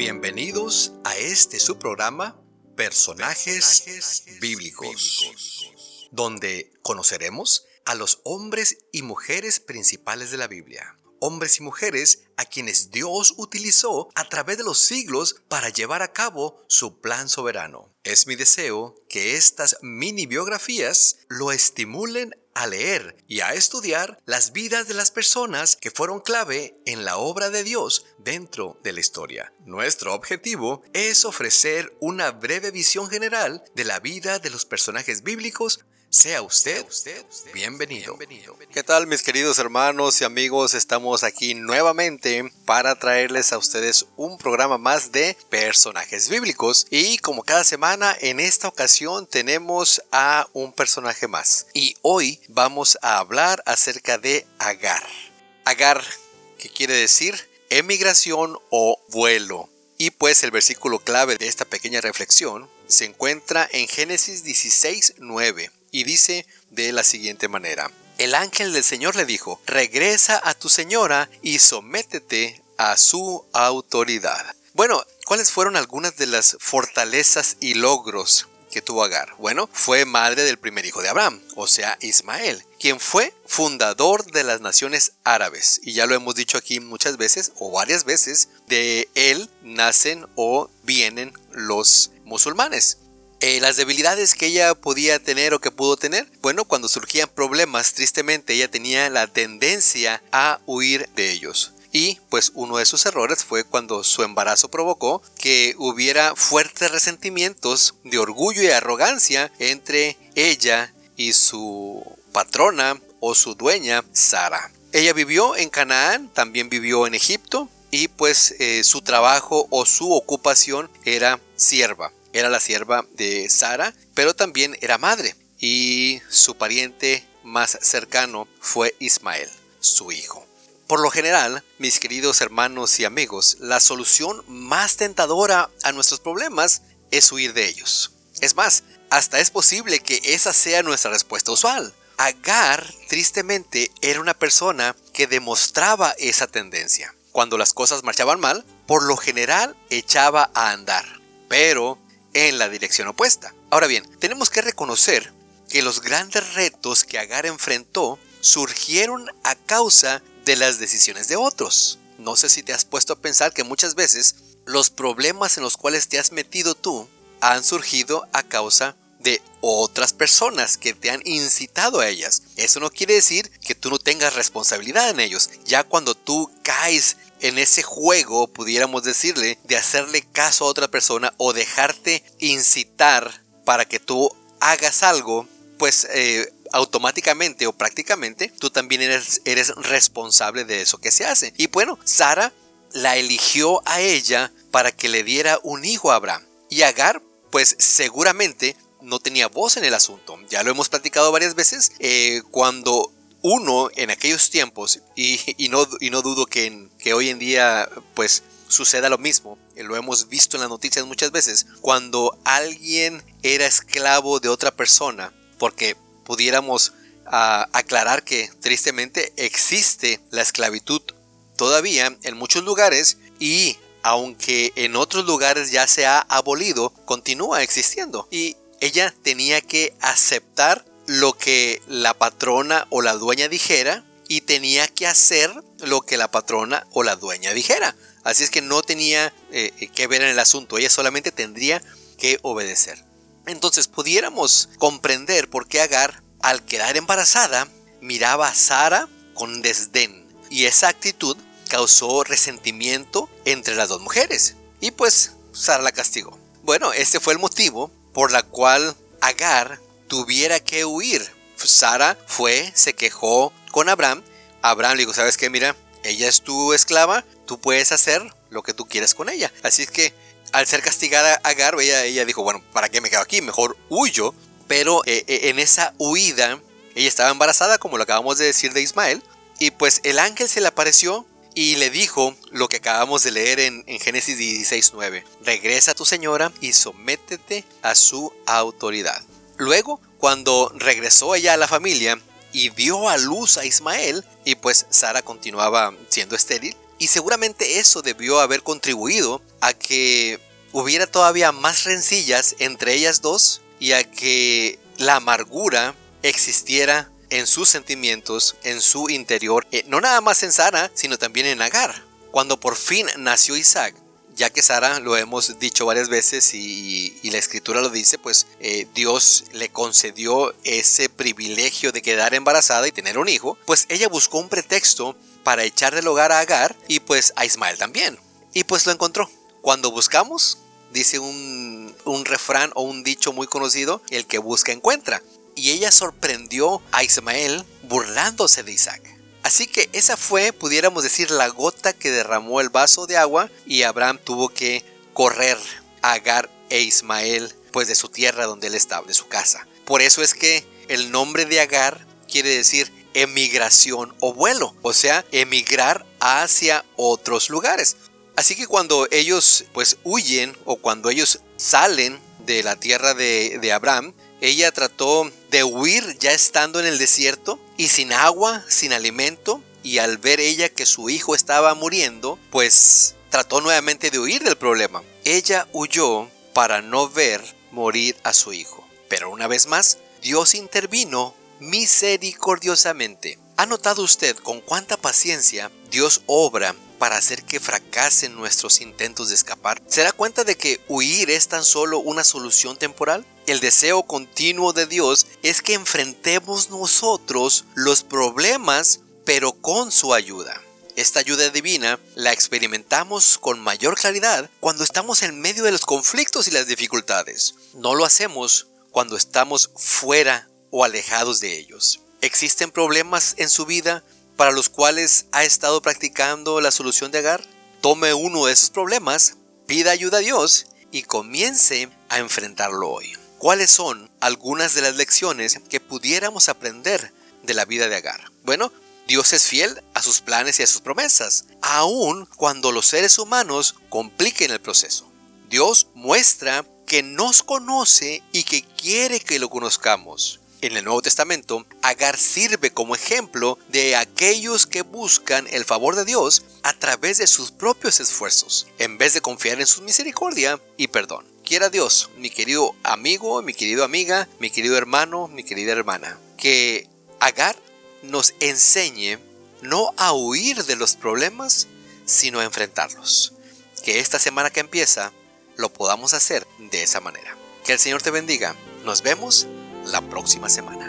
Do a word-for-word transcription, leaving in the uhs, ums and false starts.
Bienvenidos a este su programa Personajes, Personajes bíblicos, bíblicos, donde conoceremos a los hombres y mujeres principales de la Biblia. Hombres y mujeres a quienes Dios utilizó a través de los siglos para llevar a cabo su plan soberano. Es mi deseo que estas mini biografías lo estimulen a leer y a estudiar las vidas de las personas que fueron clave en la obra de Dios dentro de la historia. Nuestro objetivo es ofrecer una breve visión general de la vida de los personajes bíblicos. Sea usted, usted bienvenido. bienvenido. ¿Qué tal, mis queridos hermanos y amigos? Estamos aquí nuevamente para traerles a ustedes un programa más de personajes bíblicos. Y como cada semana, en esta ocasión tenemos a un personaje más. Y hoy vamos a hablar acerca de Agar. Agar, ¿qué quiere decir? Emigración o vuelo. Y pues el versículo clave de esta pequeña reflexión se encuentra en Génesis dieciséis nueve. Y dice de la siguiente manera: el ángel del Señor le dijo, regresa a tu señora y sométete a su autoridad. Bueno, ¿cuáles fueron algunas de las fortalezas y logros que tuvo Agar? Bueno, fue madre del primer hijo de Abraham, o sea, Ismael, quien fue fundador de las naciones árabes. Y ya lo hemos dicho aquí muchas veces, o varias veces, de él nacen o vienen los musulmanes. Eh, las debilidades que ella podía tener o que pudo tener, bueno, cuando surgían problemas, tristemente ella tenía la tendencia a huir de ellos. Y pues uno de sus errores fue cuando su embarazo provocó que hubiera fuertes resentimientos de orgullo y arrogancia entre ella y su patrona o su dueña, Sara. Ella vivió en Canaán, también vivió en Egipto y pues eh, su trabajo o su ocupación era sierva. Era la sierva de Sara, pero también era madre. Y su pariente más cercano fue Ismael, su hijo. Por lo general, mis queridos hermanos y amigos, la solución más tentadora a nuestros problemas es huir de ellos. Es más, hasta es posible que esa sea nuestra respuesta usual. Agar, tristemente, era una persona que demostraba esa tendencia. Cuando las cosas marchaban mal, por lo general echaba a andar. Pero en la dirección opuesta. Ahora bien, tenemos que reconocer que los grandes retos que Agar enfrentó surgieron a causa de las decisiones de otros. No sé si te has puesto a pensar que muchas veces los problemas en los cuales te has metido tú han surgido a causa de otras personas que te han incitado a ellas. Eso no quiere decir que tú no tengas responsabilidad en ellos. Ya cuando tú caes en ese juego, pudiéramos decirle, de hacerle caso a otra persona o dejarte incitar para que tú hagas algo, pues eh, automáticamente o prácticamente tú también eres, eres responsable de eso que se hace. Y bueno, Sara la eligió a ella para que le diera un hijo a Abraham. Y Agar, pues seguramente no tenía voz en el asunto. Ya lo hemos platicado varias veces. Eh, cuando uno en aquellos tiempos, y, y, no, y no dudo que, en, que hoy en día pues suceda lo mismo, lo hemos visto en las noticias muchas veces, cuando alguien era esclavo de otra persona, porque pudiéramos uh, aclarar que tristemente existe la esclavitud todavía en muchos lugares, y aunque en otros lugares ya se ha abolido, continúa existiendo. Y ella tenía que aceptar lo que la patrona o la dueña dijera y tenía que hacer lo que la patrona o la dueña dijera. Así es que no tenía eh, que ver en el asunto, ella solamente tendría que obedecer. Entonces pudiéramos comprender por qué Agar, al quedar embarazada, miraba a Sara con desdén, y esa actitud causó resentimiento entre las dos mujeres, y pues Sara la castigó. Bueno, este fue el motivo por la cual Agar tuviera que huir. Sara fue, se quejó con Abraham. Abraham le dijo, ¿sabes qué? Mira, ella es tu esclava, tú puedes hacer lo que tú quieras con ella. Así es que al ser castigada Agar, ella, ella dijo, bueno, ¿para qué me quedo aquí? Mejor huyo. Pero eh, en esa huida, ella estaba embarazada, como lo acabamos de decir de Ismael. Y pues el ángel se le apareció y le dijo lo que acabamos de leer en, en Génesis dieciséis nueve. Regresa a tu señora y sométete a su autoridad. Luego, cuando regresó ella a la familia y dio a luz a Ismael, y pues Sara continuaba siendo estéril, Y seguramente eso debió haber contribuido a que hubiera todavía más rencillas entre ellas dos y a que la amargura existiera en sus sentimientos, en su interior, eh, no nada más en Sara, sino también en Agar. Cuando por fin nació Isaac, ya que Sara, lo hemos dicho varias veces y, y la escritura lo dice, pues eh, Dios le concedió ese privilegio de quedar embarazada y tener un hijo, pues ella buscó un pretexto para echar del hogar a Agar y pues a Ismael también. Y pues lo encontró. Cuando buscamos, dice un, un refrán o un dicho muy conocido, el que busca encuentra. Y ella sorprendió a Ismael burlándose de Isaac. Así que esa fue, pudiéramos decir, la gota que derramó el vaso de agua y Abraham tuvo que correr a Agar e Ismael pues de su tierra donde él estaba, de su casa. Por eso es que el nombre de Agar quiere decir emigración o vuelo, o sea, emigrar hacia otros lugares. Así que cuando ellos pues huyen o cuando ellos salen de la tierra de, de Abraham, ella trató de huir ya estando en el desierto y sin agua, sin alimento, y al ver ella que su hijo estaba muriendo, pues trató nuevamente de huir del problema. Ella huyó para no ver morir a su hijo. Pero una vez más, Dios intervino misericordiosamente. ¿Ha notado usted con cuánta paciencia Dios obra para hacer que fracasen nuestros intentos de escapar? ¿Se da cuenta de que huir es tan solo una solución temporal? El deseo continuo de Dios es que enfrentemos nosotros los problemas, pero con su ayuda. Esta ayuda divina la experimentamos con mayor claridad cuando estamos en medio de los conflictos y las dificultades. No lo hacemos cuando estamos fuera o alejados de ellos. ¿Existen problemas en su vida para los cuales ha estado practicando la solución de Agar? Tome uno de esos problemas, pida ayuda a Dios y comience a enfrentarlo hoy. ¿Cuáles son algunas de las lecciones que pudiéramos aprender de la vida de Agar? Bueno, Dios es fiel a sus planes y a sus promesas, aun cuando los seres humanos compliquen el proceso. Dios muestra que nos conoce y que quiere que lo conozcamos. En el Nuevo Testamento, Agar sirve como ejemplo de aquellos que buscan el favor de Dios a través de sus propios esfuerzos, en vez de confiar en su misericordia y perdón. Quiera Dios, mi querido amigo, mi querido amiga, mi querido hermano, mi querida hermana, que Agar nos enseñe no a huir de los problemas, sino a enfrentarlos. Que esta semana que empieza lo podamos hacer de esa manera. Que el Señor te bendiga. Nos vemos la próxima semana.